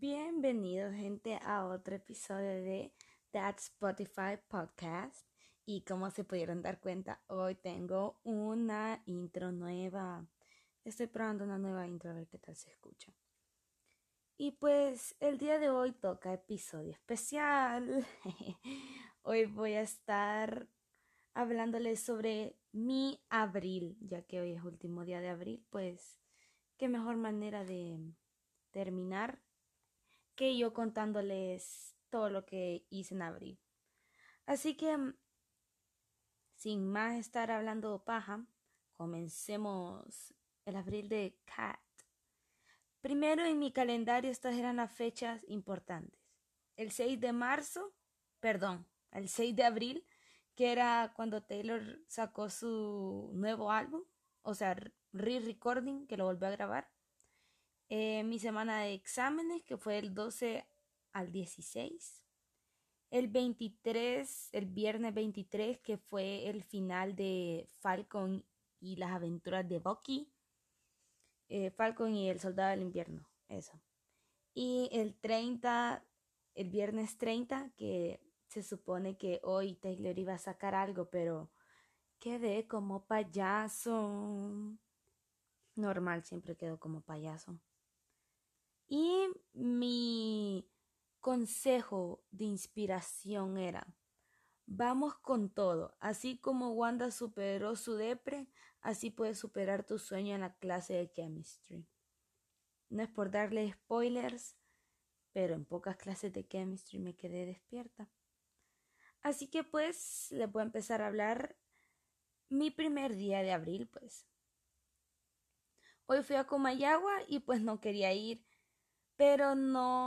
Bienvenidos, gente, a otro episodio de That Spotify Podcast. Y como se pudieron dar cuenta, hoy tengo una intro nueva. Estoy probando una nueva intro a ver qué tal se escucha. Y pues el día de hoy toca episodio especial. Hoy voy a estar hablándoles sobre mi abril, ya que hoy es último día de abril, pues qué mejor manera de terminar que yo contándoles todo lo que hice en abril. Así que, sin más estar hablando paja, comencemos el abril de Cat. Primero en mi calendario estas eran las fechas importantes. El 6 de marzo, el 6 de abril, que era cuando Taylor sacó su nuevo álbum, o sea, re-recording, que lo volvió a grabar. Mi semana de exámenes, que fue el 12 al 16. El 23, el viernes 23, que fue el final de Falcon y las aventuras de Bucky. Falcon y el Soldado del Invierno, eso. Y el 30, el viernes 30, que se supone que hoy Taylor iba a sacar algo, pero quedé como payaso. Normal, siempre quedo como payaso. Y mi consejo de inspiración era: vamos con todo. Así como Wanda superó su depre, así puedes superar tu sueño en la clase de chemistry. No es por darle spoilers, pero en pocas clases de chemistry me quedé despierta. Así que pues les voy a empezar a hablar mi primer día de abril, pues. Hoy fui a Comayagua y pues no quería ir, pero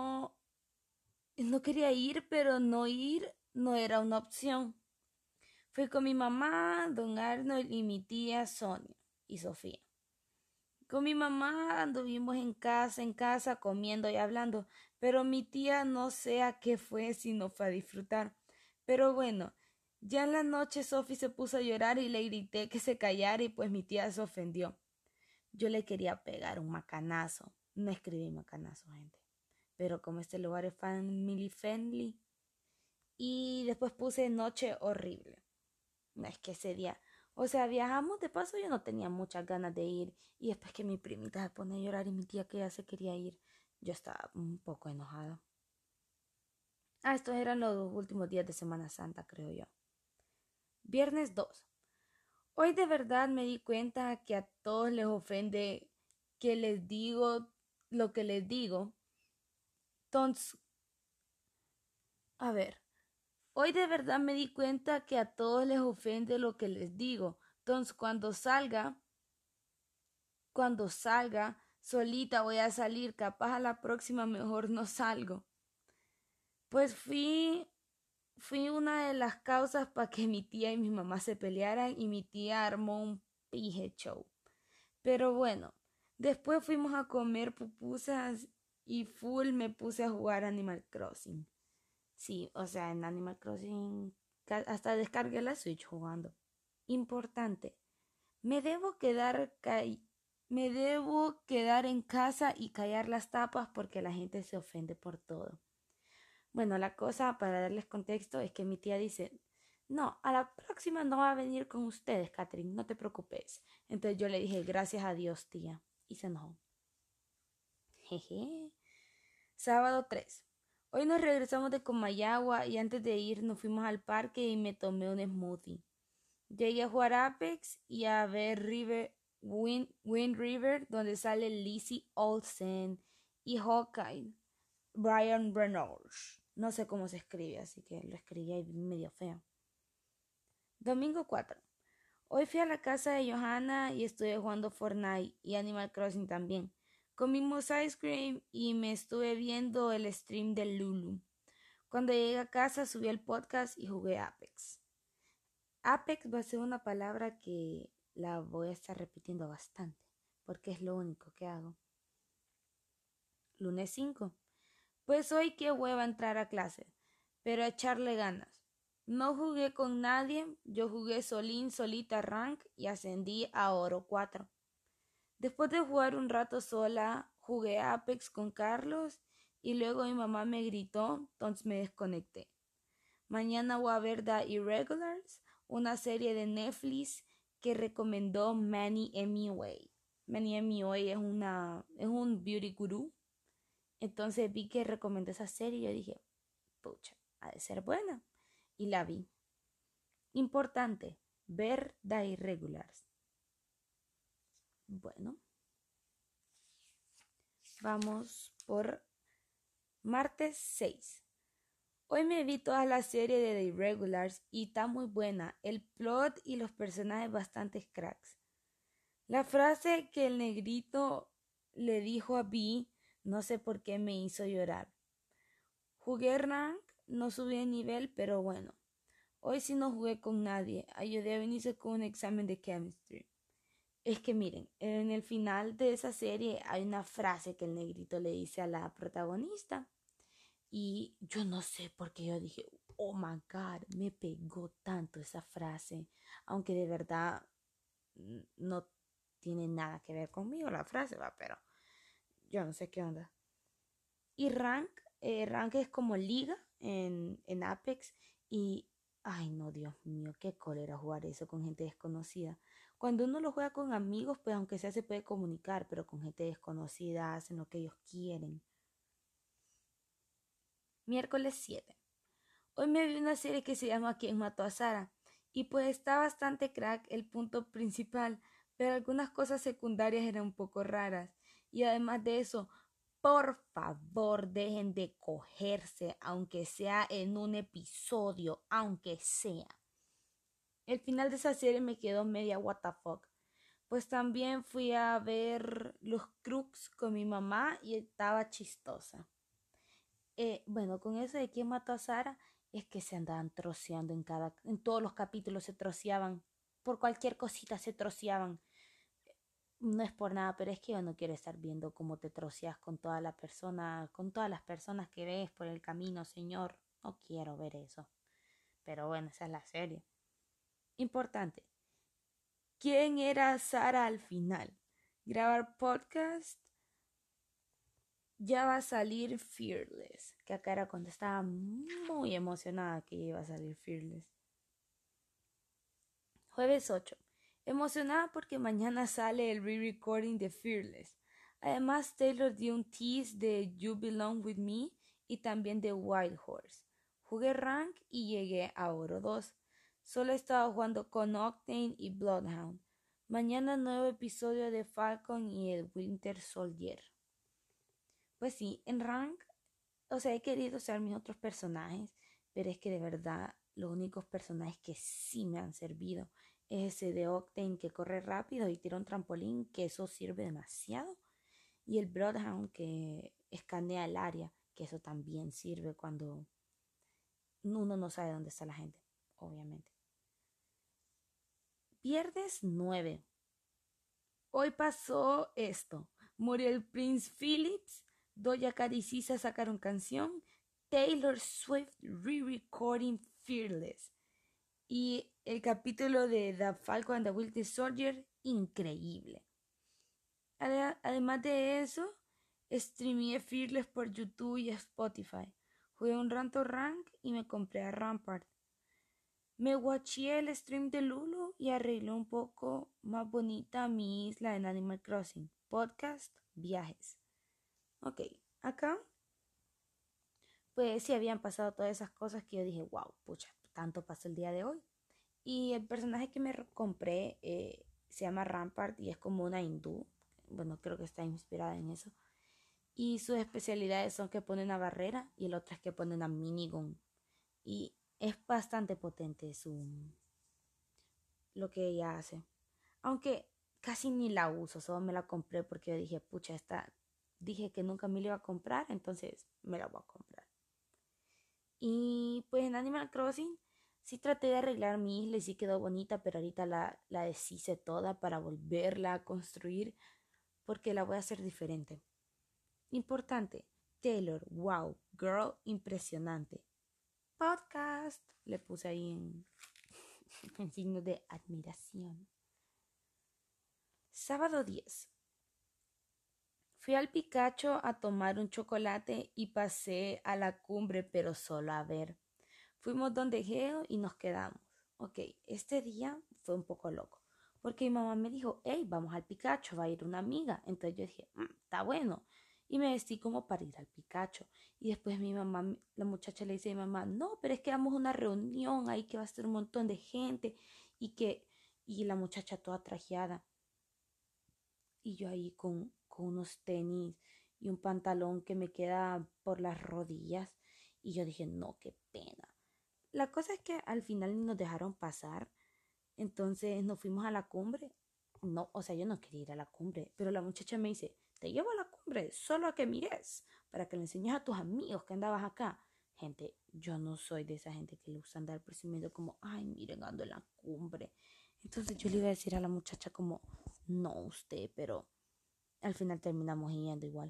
no quería ir, pero no ir no era una opción. Fui con mi mamá, don Arnold y mi tía Sonia y Sofía. Con mi mamá anduvimos en casa, comiendo y hablando, pero mi tía no sé a qué fue, si no fue a disfrutar. Pero bueno, ya en la noche Sofía se puso a llorar y le grité que se callara y pues mi tía se ofendió. Yo le quería pegar un macanazo. No escribí macanazo, gente. Pero como este lugar es family friendly. Y después puse noche horrible. No es que ese día, o sea, viajamos de paso, yo no tenía muchas ganas de ir. Y después que mi primita se pone a llorar y mi tía que ya se quería ir, yo estaba un poco enojada. Estos eran los últimos días de Semana Santa, creo yo. Viernes 2. Hoy de verdad me di cuenta que a todos les ofende que les digo lo que les digo. Entonces, a ver, hoy de verdad me di cuenta que a todos les ofende lo que les digo. Entonces, cuando salga, solita voy a salir, capaz a la próxima mejor no salgo. Pues fui una de las causas para que mi tía y mi mamá se pelearan y mi tía armó un pije show. Pero bueno, después fuimos a comer pupusas y full me puse a jugar Animal Crossing. Sí, o sea, en Animal Crossing hasta descargué la Switch jugando. Importante, me debo quedar me debo quedar en casa y callar las tapas porque la gente se ofende por todo. Bueno, la cosa, para darles contexto, es que mi tía dice: no, a la próxima no va a venir con ustedes, Catherine, no te preocupes. Entonces yo le dije: gracias a Dios, tía. Y se enojó. Jeje. Sábado 3. Hoy nos regresamos de Comayagua y antes de ir nos fuimos al parque y me tomé un smoothie. Llegué a jugar Apex y a ver Wind River, donde sale Lizzie Olsen y Hawkeye, Brian Reynolds. No sé cómo se escribe, así que lo escribí ahí medio feo. Domingo 4. Hoy fui a la casa de Johanna y estuve jugando Fortnite y Animal Crossing también. Comimos ice cream y me estuve viendo el stream de Lulu. Cuando llegué a casa subí el podcast y jugué Apex. Apex va a ser una palabra que la voy a estar repitiendo bastante, porque es lo único que hago. Lunes 5. Pues hoy qué hueva entrar a clase, pero a echarle ganas. No jugué con nadie, yo jugué solita rank y ascendí a oro 4. Después de jugar un rato sola, jugué Apex con Carlos y luego mi mamá me gritó, entonces me desconecté. Mañana voy a ver The Irregulars, una serie de Netflix que recomendó Manny Hemingway. Manny Hemingway es un beauty guru. Entonces vi que recomendó esa serie y yo dije, pucha, ha de ser buena. Y la vi. Importante, ver The Irregulars. Bueno, vamos por martes 6. Hoy me vi toda la serie de The Irregulars y está muy buena. El plot y los personajes bastante cracks. La frase que el negrito le dijo a Vi, no sé por qué me hizo llorar. Jugué rank, no subí de nivel, pero bueno. Hoy sí no jugué con nadie. Ayudé a Vinicio con un examen de chemistry. Es que miren, en el final de esa serie hay una frase que el negrito le dice a la protagonista. Y yo no sé por qué yo dije, oh my God, me pegó tanto esa frase. Aunque de verdad no tiene nada que ver conmigo la frase, va, pero yo no sé qué onda. Y rank es como liga en Apex y, ay no, Dios mío, qué cólera jugar eso con gente desconocida. Cuando uno lo juega con amigos, pues aunque sea se puede comunicar, pero con gente desconocida hacen lo que ellos quieren. Miércoles 7. Hoy me vi una serie que se llama ¿Quién mató a Sara? Y pues está bastante crack el punto principal, pero algunas cosas secundarias eran un poco raras. Y además de eso, por favor, dejen de cogerse, aunque sea en un episodio, aunque sea. El final de esa serie me quedó media what the fuck. Pues también fui a ver Los Crooks con mi mamá y estaba chistosa. Bueno, con eso de quién mató a Sara, es que se andaban troceando en todos los capítulos se troceaban, por cualquier cosita se troceaban. No es por nada, pero es que yo no quiero estar viendo cómo te troceas con con todas las personas que ves por el camino, señor. No quiero ver eso. Pero bueno, esa es la serie. Importante. ¿Quién era Sara al final? Grabar podcast. Ya va a salir Fearless. Que acá era cuando estaba muy emocionada que iba a salir Fearless. Jueves 8. Emocionada porque mañana sale el re-recording de Fearless. Además, Taylor dio un tease de You Belong With Me y también de Wild Horse. Jugué rank y llegué a oro 2. Solo estaba jugando con Octane y Bloodhound. Mañana nuevo episodio de Falcon y el Winter Soldier. Pues sí, en rank, o sea, he querido usar mis otros personajes, pero es que de verdad los únicos personajes que sí me han servido es ese de Octane que corre rápido y tira un trampolín, que eso sirve demasiado, y el Bloodhound que escanea el área, que eso también sirve cuando uno no sabe dónde está la gente, obviamente. Viernes 9. Hoy pasó esto. Murió el Prince Phillips, Doja Cat y SZA sacaron canción, Taylor Swift re-recording Fearless. Y el capítulo de The Falcon and the Winter Soldier, increíble. Además de eso, streameé Fearless por YouTube y Spotify. Jugué un rato rank y me compré a Rampart. Me watché el stream de Lulu y arreglé un poco más bonita mi isla en Animal Crossing. Podcast, viajes. Ok, acá pues sí habían pasado todas esas cosas que yo dije, wow, pucha, tanto pasó el día de hoy. Y el personaje que me compré se llama Rampart y es como una hindú. Bueno, creo que está inspirada en eso. Y sus especialidades son que pone una barrera y el otro es que pone una minigun. Y es bastante potente lo que ella hace. Aunque casi ni la uso, solo me la compré porque yo dije, pucha, dije que nunca me la iba a comprar, entonces me la voy a comprar. Y pues en Animal Crossing sí traté de arreglar mi isla y sí quedó bonita, pero ahorita la deshice toda para volverla a construir porque la voy a hacer diferente. Importante, Taylor, wow, girl, impresionante. Podcast, le puse ahí en signo de admiración. Sábado 10. Fui al Picacho a tomar un chocolate y pasé a la cumbre, pero solo a ver. Fuimos donde Geo y nos quedamos. Ok, este día fue un poco loco, porque mi mamá me dijo, hey, vamos al Picacho, va a ir una amiga. Entonces yo dije, está bueno. Y me vestí como para ir al Picacho. Y después mi mamá, la muchacha le dice a mi mamá, no, pero es que vamos a una reunión ahí que va a estar un montón de gente y la muchacha toda trajeada. Y yo ahí con unos tenis y un pantalón que me queda por las rodillas. Y yo dije, no, qué pena. La cosa es que al final ni nos dejaron pasar, entonces nos fuimos a la cumbre. No, o sea, yo no quería ir a la cumbre, pero la muchacha me dice, te llevo a la cumbre solo a que mires, para que le enseñes a tus amigos que andabas acá. Gente, yo no soy de esa gente que le gusta andar presumiendo como, ay, miren, ando en la cumbre. Entonces yo le iba a decir a la muchacha como, no usted, pero al final terminamos yendo igual.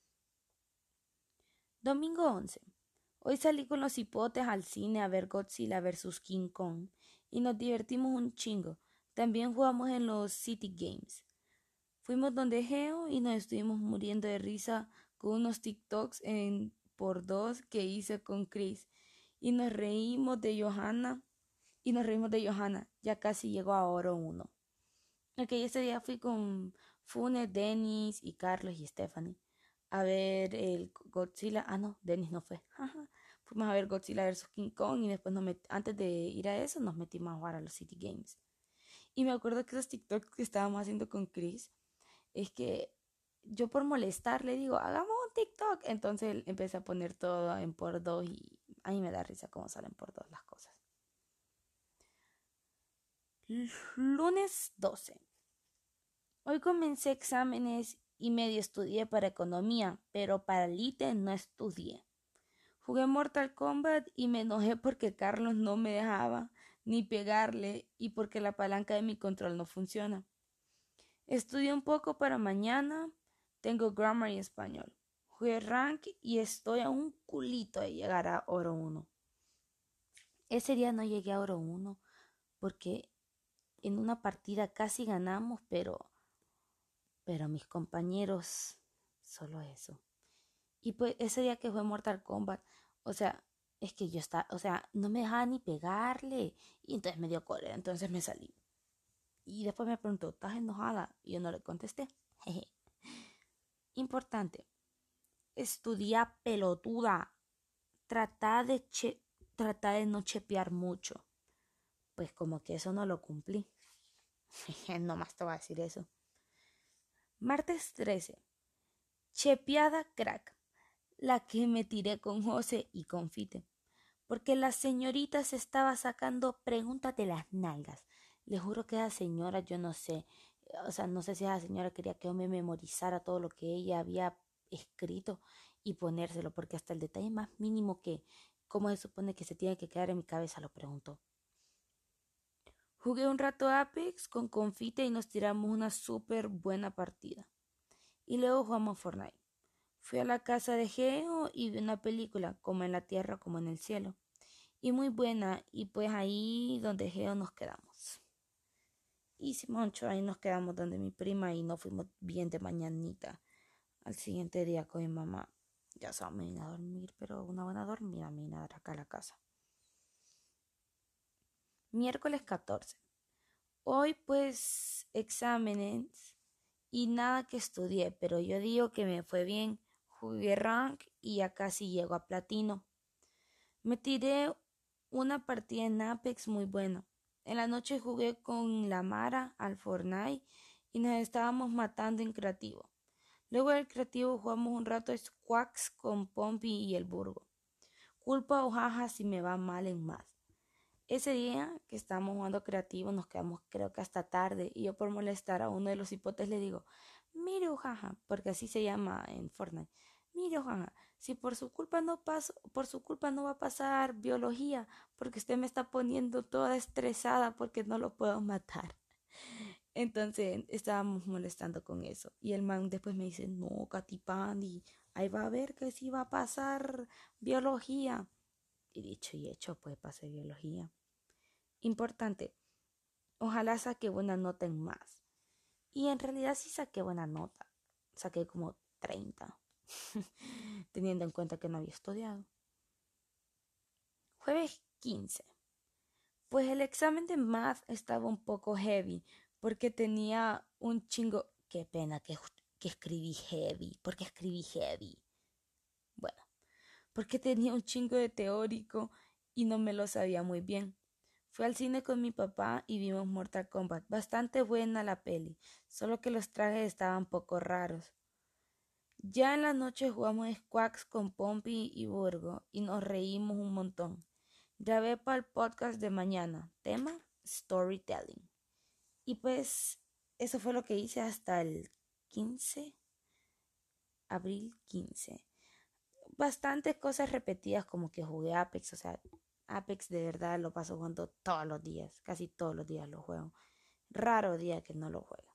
Domingo 11. Hoy salí con los hipotes al cine a ver Godzilla vs. King Kong y nos divertimos un chingo. También jugamos en los City Games. Fuimos donde Geo y nos estuvimos muriendo de risa con unos TikToks en por dos que hice con Chris. Y nos reímos de Johanna. Ya casi llegó a oro 1. Ok, ese día fui con Funes, Dennis y Carlos y Stephanie a ver el Godzilla. Ah, no, Dennis no fue. Fuimos a ver Godzilla vs. King Kong y después antes de ir a eso nos metimos a jugar a los City Games. Y me acuerdo que esos TikToks que estábamos haciendo con Chris, es que yo por molestar le digo, hagamos un TikTok. Entonces él empecé a poner todo en por dos y a mí me da risa cómo salen por dos las cosas. Lunes 12. Hoy comencé exámenes y medio estudié para economía, pero para el ITE no estudié. Jugué Mortal Kombat y me enojé porque Carlos no me dejaba ni pegarle y porque la palanca de mi control no funciona. Estudié un poco para mañana, tengo grammar y español. Jugué rank y estoy a un culito de llegar a oro 1. Ese día no llegué a oro 1 porque en una partida casi ganamos, pero mis compañeros, solo eso. Y pues ese día que fue Mortal Kombat, o sea, es que yo estaba, o sea, no me dejaba ni pegarle. Y entonces me dio cólera, entonces me salí. Y después me preguntó, ¿estás enojada? Y yo no le contesté. Jeje. Importante, estudia pelotuda. Trata de, trata de no chepear mucho. Pues como que eso no lo cumplí. Nomás te voy a decir eso. Martes 13. Chepeada crack. La que me tiré con José y con Fite. Porque la señorita se estaba sacando preguntas de las nalgas. Le juro que esa señora, yo no sé, o sea, no sé si esa señora quería que yo me memorizara todo lo que ella había escrito y ponérselo, porque hasta el detalle más mínimo que cómo se supone que se tiene que quedar en mi cabeza lo preguntó. Jugué un rato Apex con Confite y nos tiramos una súper buena partida. Y luego jugamos Fortnite. Fui a la casa de Geo y vi una película, como en la tierra como en el cielo. Y muy buena, y pues ahí donde Geo nos quedamos. Y Simoncho, ahí nos quedamos donde mi prima y nos fuimos bien de mañanita. Al siguiente día con mi mamá, ya sabes, me vine a dormir, pero una buena dormida me vine a dar acá a la casa. Miércoles 14. Hoy pues exámenes y nada que estudié, pero yo digo que me fue bien. Jugué rank y ya casi llego a platino. Me tiré una partida en Apex muy buena. En la noche jugué con la Mara al Fortnite y nos estábamos matando en creativo. Luego del creativo jugamos un rato Squax con Pompey y el Burgo. Culpa o jaja si me va mal en más. Ese día que estábamos jugando creativo nos quedamos creo que hasta tarde y yo por molestar a uno de los hipotes le digo, mire jaja, porque así se llama en Fortnite. Mire jaja, si por su culpa no paso, por su culpa no va a pasar biología, porque usted me está poniendo toda estresada porque no lo puedo matar. Entonces estábamos molestando con eso. Y el man después me dice, no, Katipandi, ahí va a ver que sí va a pasar biología. Y dicho y hecho, pues pasé biología. Importante, ojalá saque buena nota en más. Y en realidad sí saqué buena nota. Saqué como 30, teniendo en cuenta que no había estudiado. Jueves 15. Pues el examen de math estaba un poco heavy porque tenía un chingo. Qué pena que escribí heavy. ¿Por qué escribí heavy? Bueno, porque tenía un chingo de teórico y no me lo sabía muy bien. Fui al cine con mi papá y vimos Mortal Kombat. Bastante buena la peli, solo que los trajes estaban poco raros. Ya en la noche jugamos Squax con Pompi y Burgo y nos reímos un montón. Grabé para el podcast de mañana. Tema: storytelling. Y pues eso fue lo que hice hasta el 15, abril 15. Bastantes cosas repetidas como que jugué Apex, o sea, Apex de verdad lo paso jugando todos los días, casi todos los días lo juego. Raro día que no lo juego.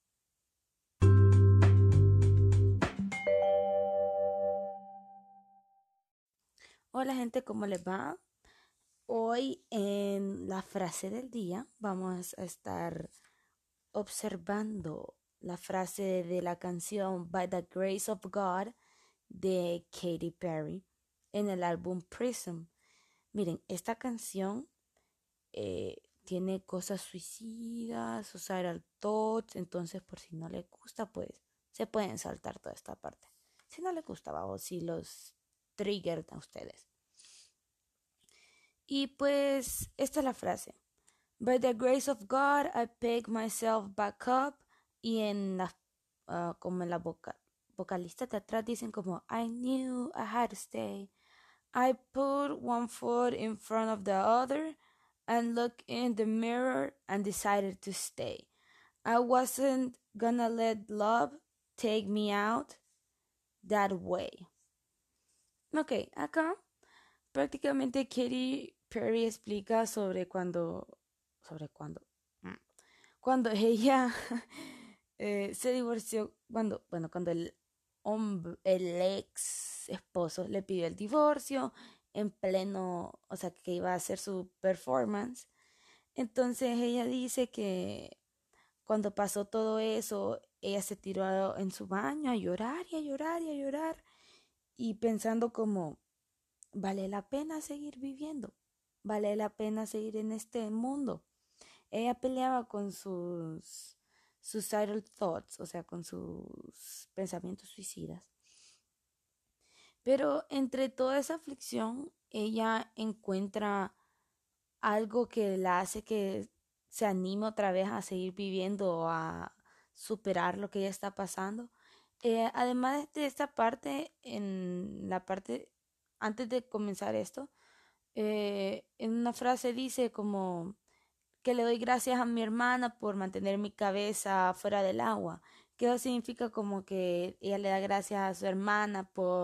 Hola gente, ¿cómo les va? Hoy en la frase del día vamos a estar observando la frase de la canción By the Grace of God de Katy Perry en el álbum Prism. Miren, esta canción tiene cosas suicidas, suicidal thoughts, entonces por si no le gusta, pues se pueden saltar toda esta parte. Si no le gustaba o si los triggered a ustedes. Y pues esta es la frase. By the grace of God, I pick myself back up. Y en la, como en la vocalista de atrás dicen como I knew I had to stay. I put one foot in front of the other and looked in the mirror and decided to stay. I wasn't gonna let love take me out that way. Ok, acá prácticamente Katy Perry explica mm, cuando ella se divorció, cuando el ex esposo le pidió el divorcio en pleno, o sea, que iba a hacer su performance. Entonces ella dice que cuando pasó todo eso, ella se tiró en su baño a llorar y a llorar y a llorar y pensando como, vale la pena seguir viviendo, vale la pena seguir en este mundo. Ella peleaba con sus suicidal thoughts, o sea, con sus pensamientos suicidas. Pero entre toda esa aflicción, ella encuentra algo que la hace que se anime otra vez a seguir viviendo o a superar lo que ella está pasando. Además de esta parte, en la parte, antes de comenzar esto, en una frase dice como que le doy gracias a mi hermana por mantener mi cabeza fuera del agua. Que eso significa como que ella le da gracias a su hermana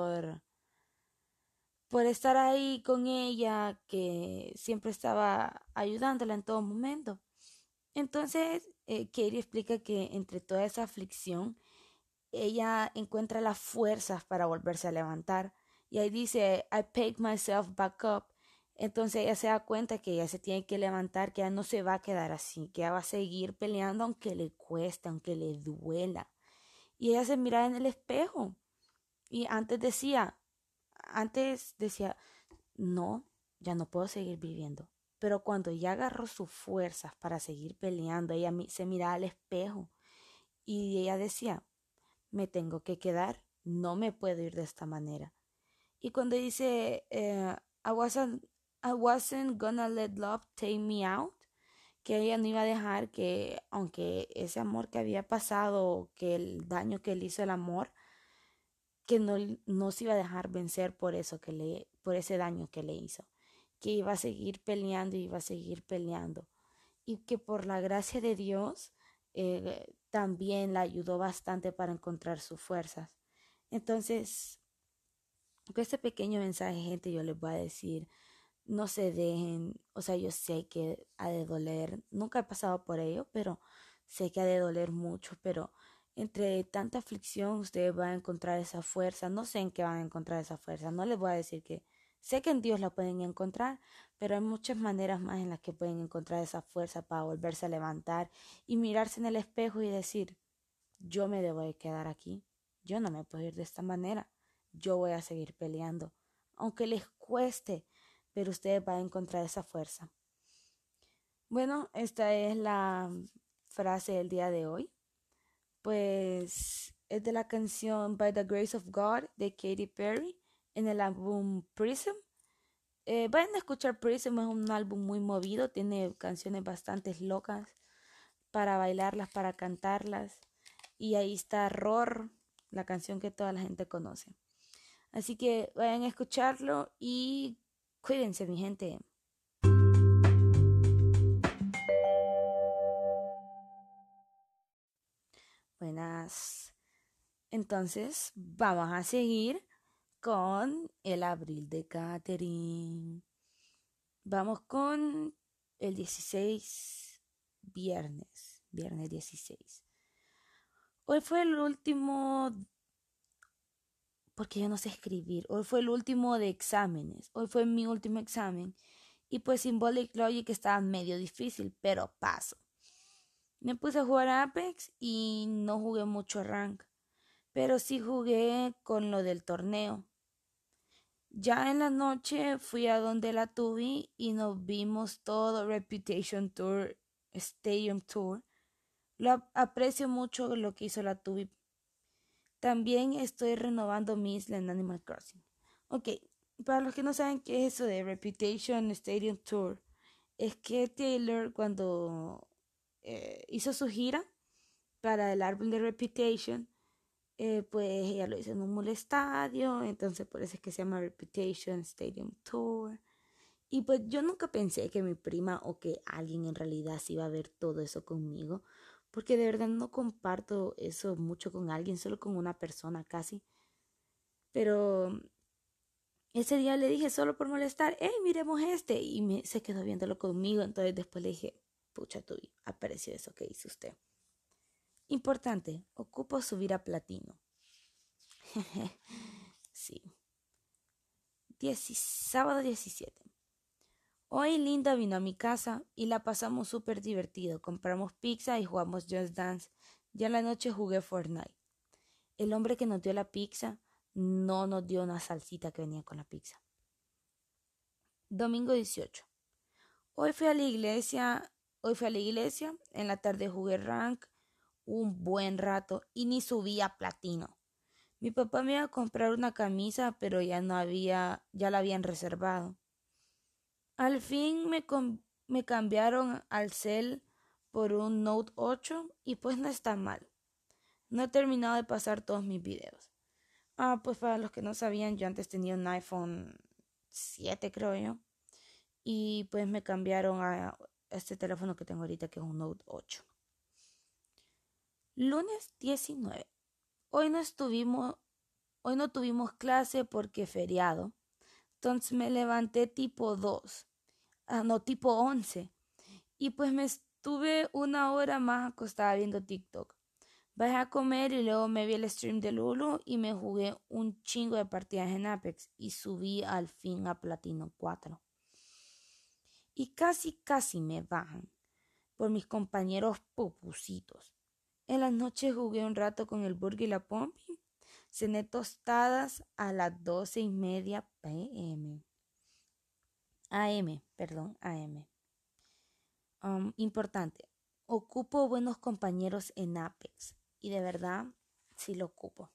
por estar ahí con ella, que siempre estaba ayudándola en todo momento. Entonces, Katie explica que entre toda esa aflicción, ella encuentra las fuerzas para volverse a levantar. Y ahí dice, I pick myself back up. Entonces ella se da cuenta que ella se tiene que levantar, que ella no se va a quedar así, que ella va a seguir peleando aunque le cueste, aunque le duela. Y ella se mira en el espejo. Y antes decía, no, ya no puedo seguir viviendo. Pero cuando ella agarró sus fuerzas para seguir peleando, ella se miraba al espejo y ella decía, me tengo que quedar, no me puedo ir de esta manera. Y cuando dice, I wasn't gonna let love take me out, que ella no iba a dejar que, aunque ese amor que había pasado, que el daño que le hizo el amor, que no se iba a dejar vencer por ese daño que le hizo, que iba a seguir peleando y iba a seguir peleando. Y que por la gracia de Dios también la ayudó bastante para encontrar sus fuerzas. Entonces, con este pequeño mensaje, gente, yo les voy a decir, no se dejen, o sea, yo sé que ha de doler, nunca he pasado por ello, pero sé que ha de doler mucho, pero entre tanta aflicción ustedes van a encontrar esa fuerza, no sé en qué van a encontrar esa fuerza, no les voy a decir que sé que en Dios la pueden encontrar, pero hay muchas maneras más en las que pueden encontrar esa fuerza para volverse a levantar y mirarse en el espejo y decir, yo me debo de quedar aquí, yo no me puedo ir de esta manera. Yo voy a seguir peleando, aunque les cueste, pero ustedes van a encontrar esa fuerza. Bueno, esta es la frase del día de hoy. Pues es de la canción By the Grace of God de Katy Perry en el álbum Prism. Vayan a escuchar Prism, es un álbum muy movido, tiene canciones bastante locas para bailarlas, para cantarlas. Y ahí está Roar, la canción que toda la gente conoce. Así que vayan a escucharlo y cuídense, mi gente. Buenas. Entonces, vamos a seguir con el abril de Catherine. Vamos con el 16, viernes 16. Hoy fue el último, porque yo no sé escribir, hoy fue el último de exámenes, hoy fue mi último examen. Y pues Symbolic Logic estaba medio difícil, pero paso. Me puse a jugar a Apex y no jugué mucho rank, pero sí jugué con lo del torneo. Ya en la noche fui a donde la Tubi y nos vimos todo Reputation Tour, Stadium Tour. Aprecio mucho lo que hizo la Tubi. También estoy renovando mi isla en Animal Crossing. Ok, para los que no saben qué es eso de Reputation Stadium Tour, es que Taylor cuando hizo su gira para el álbum de Reputation, pues ella lo hizo en un estadio, entonces por eso es que se llama Reputation Stadium Tour. Y pues yo nunca pensé que mi prima o que alguien en realidad se iba a ver todo eso conmigo, porque de verdad no comparto eso mucho con alguien, solo con una persona casi. Pero ese día le dije solo por molestar, hey, miremos este, y se quedó viéndolo conmigo, entonces después le dije, pucha, tú, aprecio eso que hizo usted. Importante, ocupo subir a platino. Sí. Sábado 17. Hoy Linda vino a mi casa y la pasamos súper divertido. Compramos pizza y jugamos Just Dance. Ya en la noche jugué Fortnite. El hombre que nos dio la pizza no nos dio una salsita que venía con la pizza. Domingo 18. Hoy fui a la iglesia. En la tarde jugué rank un buen rato y ni subí a platino. Mi papá me iba a comprar una camisa, pero ya la habían reservado. Al fin me cambiaron al Cell por un Note 8 y pues no está mal. No he terminado de pasar todos mis videos. Pues para los que no sabían, yo antes tenía un iPhone 7, creo yo. Y pues me cambiaron a este teléfono que tengo ahorita, que es un Note 8. Lunes 19. Hoy no tuvimos clase porque feriado. Entonces me levanté tipo 2. Tipo 11. Y pues me estuve una hora más acostada viendo TikTok. Bajé a comer y luego me vi el stream de Lulu y me jugué un chingo de partidas en Apex y subí al fin a Platino 4. Y casi me bajan por mis compañeros popusitos. En las noches jugué un rato con el Burger y la Pompi. Cené tostadas a las 12:30 p.m. AM. Importante. Ocupo buenos compañeros en Apex. Y de verdad, sí lo ocupo.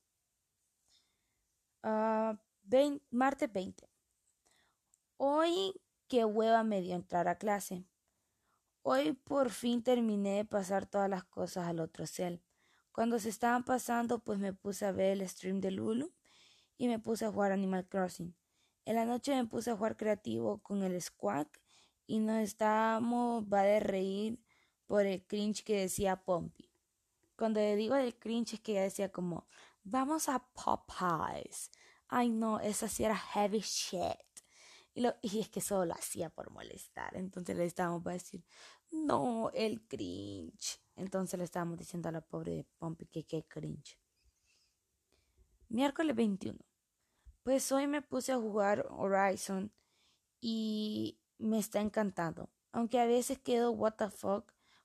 Martes 20. Hoy, qué hueva me dio entrar a clase. Hoy por fin terminé de pasar todas las cosas al otro cel. Cuando se estaban pasando, pues me puse a ver el stream de Lulu y me puse a jugar Animal Crossing. En la noche me puse a jugar creativo con el Squawk y nos estábamos va de reír por el cringe que decía Pompey. Cuando le digo del cringe es que ella decía como, vamos a Popeyes. Ay no, esa sí era heavy shit. Y es que solo lo hacía por molestar. Entonces le estábamos para decir, no, el cringe. Entonces le estábamos diciendo a la pobre de Pompey que qué cringe. Miércoles 21. Pues hoy me puse a jugar Horizon y me está encantando. Aunque a veces quedo what the fuck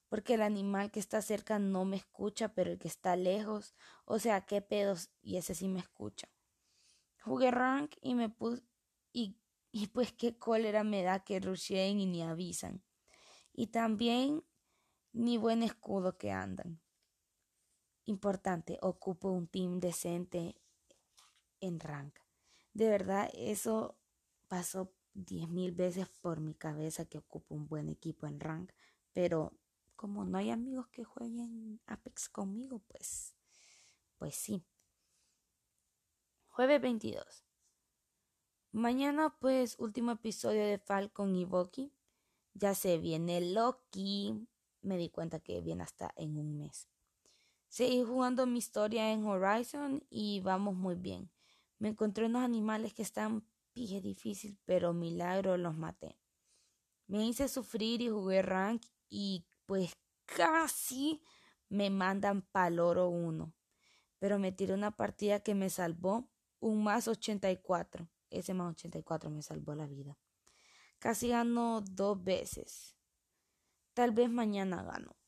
porque el animal que está cerca no me escucha, pero el que está lejos, o sea, qué pedos, y ese sí me escucha. Jugué rank y me puse, y pues qué cólera me da que rusheen y ni avisan. Y también ni buen escudo que andan. Importante, ocupo un team decente en rank. De verdad, eso pasó 10.000 veces por mi cabeza que ocupo un buen equipo en rank, pero como no hay amigos que jueguen Apex conmigo, pues sí. Jueves 22. Mañana pues último episodio de Falcon y Bucky. Ya se viene Loki. Me di cuenta que viene hasta en un mes. Seguí jugando mi historia en Horizon y vamos muy bien. Me encontré unos animales que están pije difícil, pero milagro los maté. Me hice sufrir y jugué rank y pues casi me mandan pa'l oro 1. Pero me tiré una partida que me salvó un más 84. Ese más 84 me salvó la vida. Casi gano 2 veces. Tal vez mañana gano.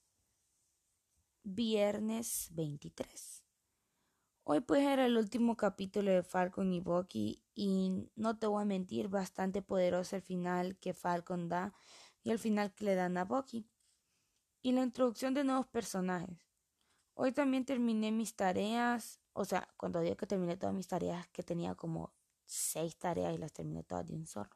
Viernes 23. Hoy pues era el último capítulo de Falcon y Bucky y no te voy a mentir, bastante poderoso el final que Falcon da y el final que le dan a Bucky. Y la introducción de nuevos personajes. Hoy también terminé mis tareas, o sea, cuando digo que terminé todas mis tareas, que tenía como 6 tareas y las terminé todas de un solo.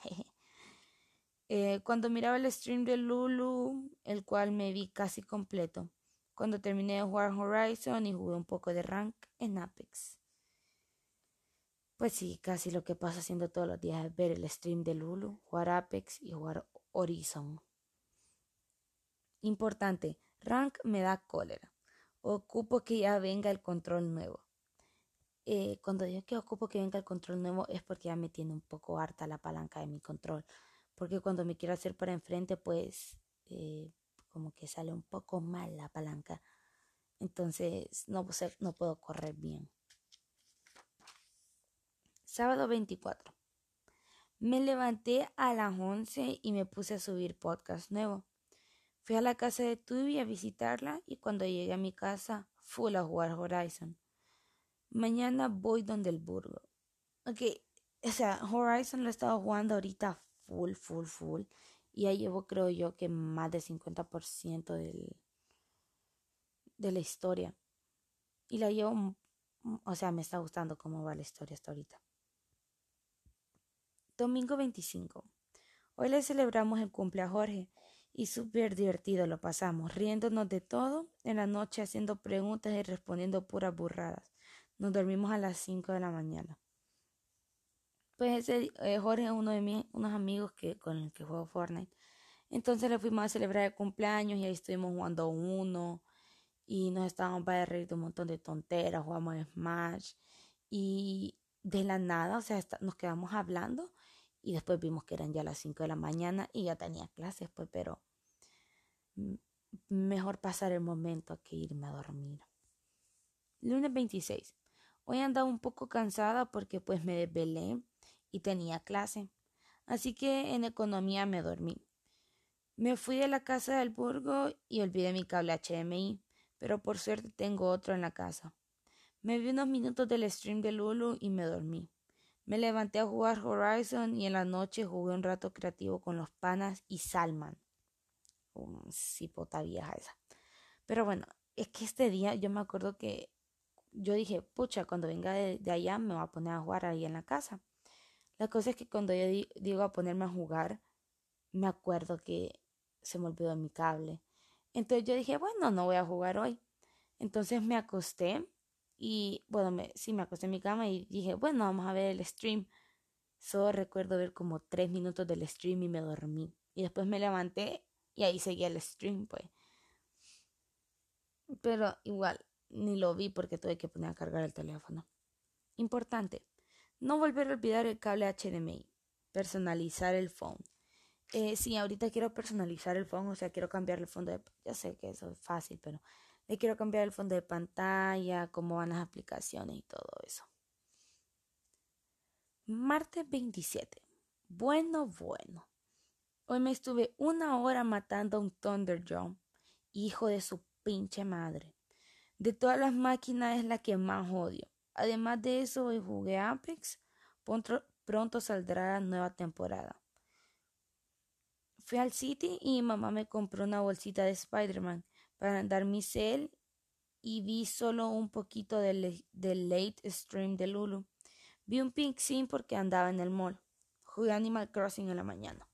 Cuando miraba el stream de Lulu, el cual me vi casi completo, cuando terminé de jugar Horizon y jugué un poco de rank en Apex. Pues sí, casi lo que paso haciendo todos los días es ver el stream de Lulu, jugar Apex y jugar Horizon. Importante, rank me da cólera. Ocupo que ya venga el control nuevo. Cuando digo que ocupo que venga el control nuevo es porque ya me tiene un poco harta la palanca de mi control. Porque cuando me quiero hacer para enfrente, pues como que sale un poco mal la palanca. Entonces no puedo correr bien. Sábado 24. Me levanté a las 11 y me puse a subir podcast nuevo. Fui a la casa de Tubi a visitarla y cuando llegué a mi casa, full a jugar Horizon. Mañana voy donde el Burgo. Ok, o sea, Horizon lo he estado jugando ahorita full. Y ya llevo, creo yo, que más del 50% de la historia. Y la llevo, o sea, me está gustando cómo va la historia hasta ahorita. Domingo 25. Hoy le celebramos el cumple a Jorge y súper divertido lo pasamos, riéndonos de todo, en la noche haciendo preguntas y respondiendo puras burradas. Nos dormimos a las 5 de la mañana. Pues Jorge es uno de unos amigos con el que juego Fortnite. Entonces le fuimos a celebrar el cumpleaños y ahí estuvimos jugando uno y nos estábamos para reír de un montón de tonteras, jugamos Smash y de la nada, o sea, nos quedamos hablando y después vimos que eran ya las 5 de la mañana y ya tenía clases, pues, pero mejor pasar el momento que irme a dormir. Lunes 26. Hoy andaba un poco cansada porque pues me desvelé y tenía clase, así que en economía me dormí. Me fui de la casa del Burgo y olvidé mi cable HDMI, pero por suerte tengo otro en la casa. Me vi unos minutos del stream de Lulu y me dormí. Me levanté a jugar Horizon y en la noche jugué un rato creativo con los panas y Salman. Cipota vieja esa. Pero bueno, es que este día yo me acuerdo que yo dije, pucha, cuando venga de allá me voy a poner a jugar ahí en la casa. La cosa es que cuando yo digo a ponerme a jugar, me acuerdo que se me olvidó mi cable. Entonces yo dije, bueno, no voy a jugar hoy. Entonces me acosté y, bueno, sí, me acosté en mi cama y dije, bueno, vamos a ver el stream. Solo recuerdo ver como 3 minutos del stream y me dormí. Y después me levanté y ahí seguía el stream, pues. Pero igual, ni lo vi porque tuve que poner a cargar el teléfono. Importante, no volver a olvidar el cable HDMI. Personalizar el phone. Sí, ahorita quiero personalizar el phone, o sea, quiero cambiar el fondo de... Ya sé que eso es fácil, pero le quiero cambiar el fondo de pantalla, cómo van las aplicaciones y todo eso. Martes 27. Bueno. Hoy me estuve 1 hora matando a un Thunderdome hijo de su pinche madre. De todas las máquinas es la que más odio. Además de eso, hoy jugué Apex. Pronto saldrá la nueva temporada. Fui al City y mi mamá me compró una bolsita de Spider-Man para andar mi cel y vi solo un poquito del late stream de Lulu. Vi un pink sim porque andaba en el mall. Jugué Animal Crossing en la mañana.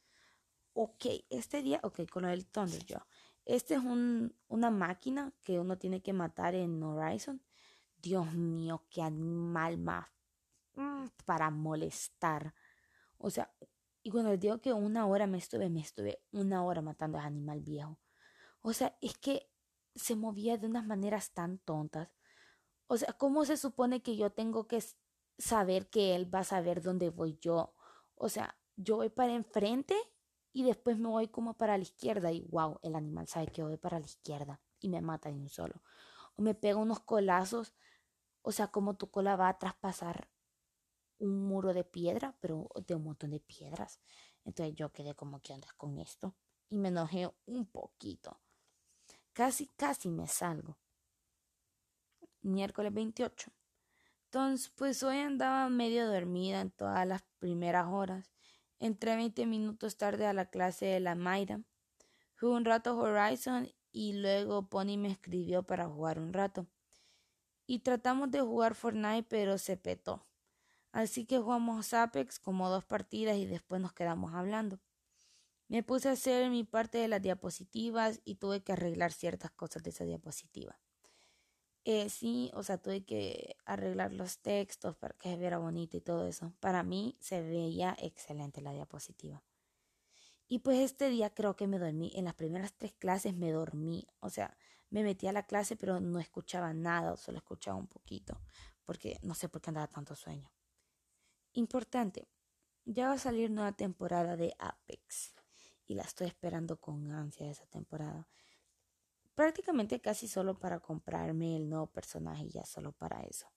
Con lo del Thunder yo. Este es una máquina que uno tiene que matar en Horizon. Dios mío, qué animal más para molestar. O sea, y cuando les digo que una hora me estuve una hora matando a ese animal viejo. O sea, es que se movía de unas maneras tan tontas. O sea, ¿cómo se supone que yo tengo que saber que él va a saber dónde voy yo? O sea, yo voy para enfrente y después me voy como para la izquierda y wow, el animal sabe que voy para la izquierda y me mata de un solo. O me pega unos colazos, o sea, como tu cola va a traspasar un muro de piedra, pero de un montón de piedras. Entonces yo quedé como, ¿qué onda con esto? Y me enojé un poquito. Casi me salgo. Miércoles 28. Entonces, pues hoy andaba medio dormida en todas las primeras horas. Entré 20 minutos tarde a la clase de la Mayra. Jugué un rato Horizon y luego Pony me escribió para jugar un rato. Y tratamos de jugar Fortnite, pero se petó. Así que jugamos Apex como 2 partidas y después nos quedamos hablando. Me puse a hacer mi parte de las diapositivas y tuve que arreglar ciertas cosas de esa diapositiva. Sí, o sea, tuve que arreglar los textos para que se viera bonito y todo eso. Para mí se veía excelente la diapositiva. Y pues este día creo que me dormí. En las primeras 3 clases me dormí. O sea, me metí a la clase pero no escuchaba nada, o solo escuchaba un poquito. Porque no sé por qué andaba tanto sueño. Importante, ya va a salir nueva temporada de Apex. Y la estoy esperando con ansia esa temporada. Prácticamente casi solo para comprarme el nuevo personaje y ya solo para eso.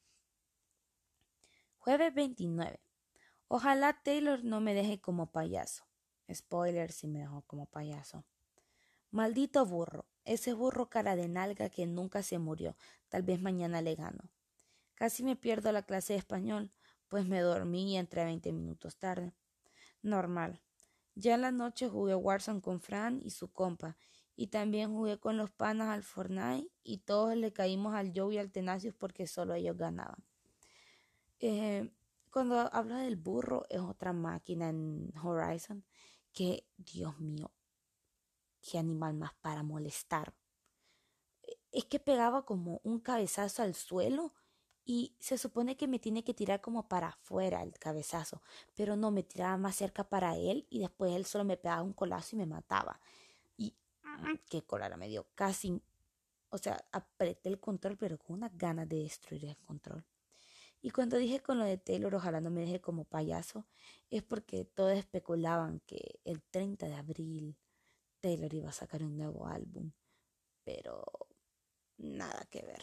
Jueves 29. Ojalá Taylor no me deje como payaso. Spoiler si me dejó como payaso. Maldito burro. Ese burro cara de nalga que nunca se murió. Tal vez mañana le gano. Casi me pierdo la clase de español, pues me dormí y entré 20 minutos tarde. Normal. Ya en la noche jugué Warzone con Fran y su compa. Y también jugué con los panas al Fortnite y todos le caímos al Joe y al Tenacious porque solo ellos ganaban. Cuando hablo del burro, es otra máquina en Horizon que, Dios mío, qué animal más para molestar. Es que pegaba como un cabezazo al suelo y se supone que me tiene que tirar como para afuera el cabezazo, pero no, me tiraba más cerca para él y después él solo me pegaba un colazo y me mataba. Y qué cólera me dio, casi, o sea, apreté el control, pero con unas ganas de destruir el control. Y cuando dije con lo de Taylor, ojalá no me deje como payaso, es porque todos especulaban que el 30 de abril Taylor iba a sacar un nuevo álbum, pero nada que ver.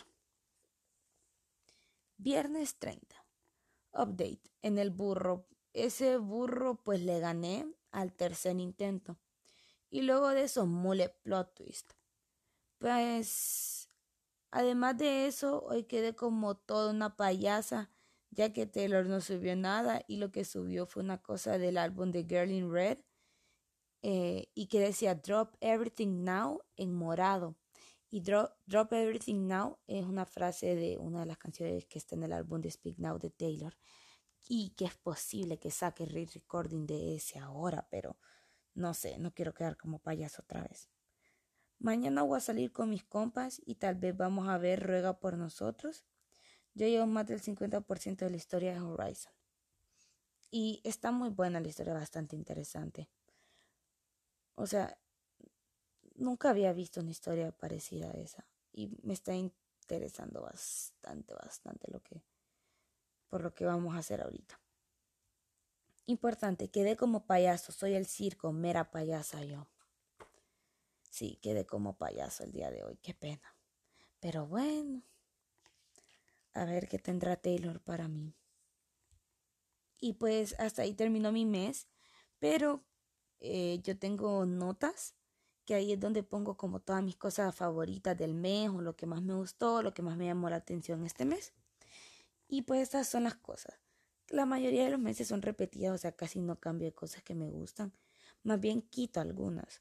Viernes 30. Update. En el burro. Ese burro pues le gané al tercer intento. Y luego de eso, mule plot twist. Pues, además de eso, hoy quedé como toda una payasa, ya que Taylor no subió nada y lo que subió fue una cosa del álbum de Girl in Red y que decía Drop Everything Now en morado. Y Drop Everything Now es una frase de una de las canciones que está en el álbum de Speak Now de Taylor. Y que es posible que saque re-recording de ese ahora, pero no sé, no quiero quedar como payaso otra vez. Mañana voy a salir con mis compas y tal vez vamos a ver Ruega por nosotros. Yo llevo más del 50% de la historia de Horizon. Y está muy buena la historia, bastante interesante. O sea, nunca había visto una historia parecida a esa. Y me está interesando bastante por lo que vamos a hacer ahorita. Importante, quedé como payaso, soy el circo, mera payasa yo. Sí, quedé como payaso el día de hoy, qué pena. Pero bueno, a ver qué tendrá Taylor para mí. Y pues hasta ahí terminó mi mes, pero yo tengo notas que ahí es donde pongo como todas mis cosas favoritas del mes o lo que más me gustó, lo que más me llamó la atención este mes. Y pues estas son las cosas. La mayoría de los meses son repetidas, o sea, casi no cambio de cosas que me gustan. Más bien quito algunas.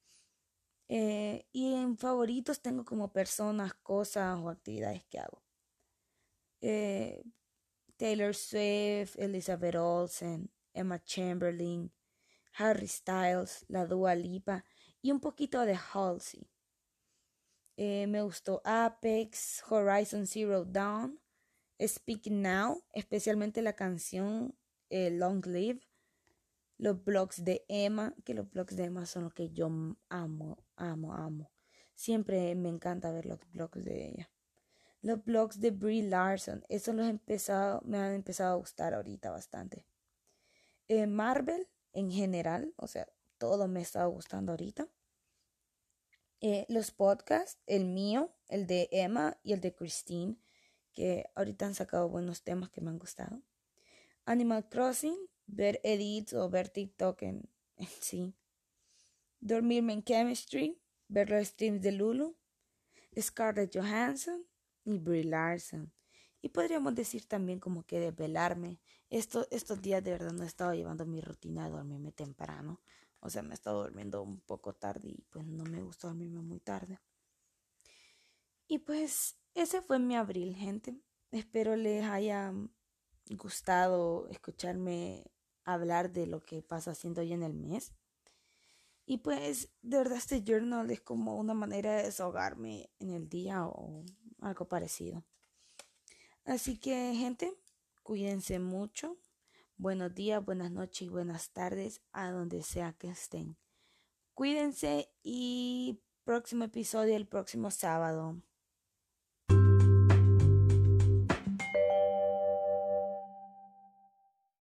Y en favoritos tengo como personas, cosas o actividades que hago. Eh, Taylor Swift, Elizabeth Olsen, Emma Chamberlain, Harry Styles, la Dua Lipa y un poquito de Halsey. Me gustó Apex, Horizon Zero Dawn, Speaking Now, especialmente la canción Long Live, los blogs de Emma, que los blogs de Emma son lo que yo amo. Siempre me encanta ver los blogs de ella. Los blogs de Brie Larson, esos me han empezado a gustar ahorita bastante. Marvel en general, o sea, todo me está gustando ahorita. Los podcasts, el mío, el de Emma y el de Christine, que ahorita han sacado buenos temas que me han gustado. Animal Crossing, ver edits o ver TikTok en sí. Dormirme en Chemistry, ver los streams de Lulu, Scarlett Johansson y Brie Larson. Y podríamos decir también como que desvelarme. Estos días de verdad no he estado llevando mi rutina de dormirme temprano. O sea, me he estado durmiendo un poco tarde y pues no me gusta dormirme muy tarde. Y pues ese fue mi abril, gente. Espero les haya gustado escucharme hablar de lo que pasa haciendo hoy en el mes. Y pues de verdad este journal es como una manera de desahogarme en el día o algo parecido. Así que gente, cuídense mucho. Buenos días, buenas noches y buenas tardes a donde sea que estén. Cuídense y próximo episodio el próximo sábado.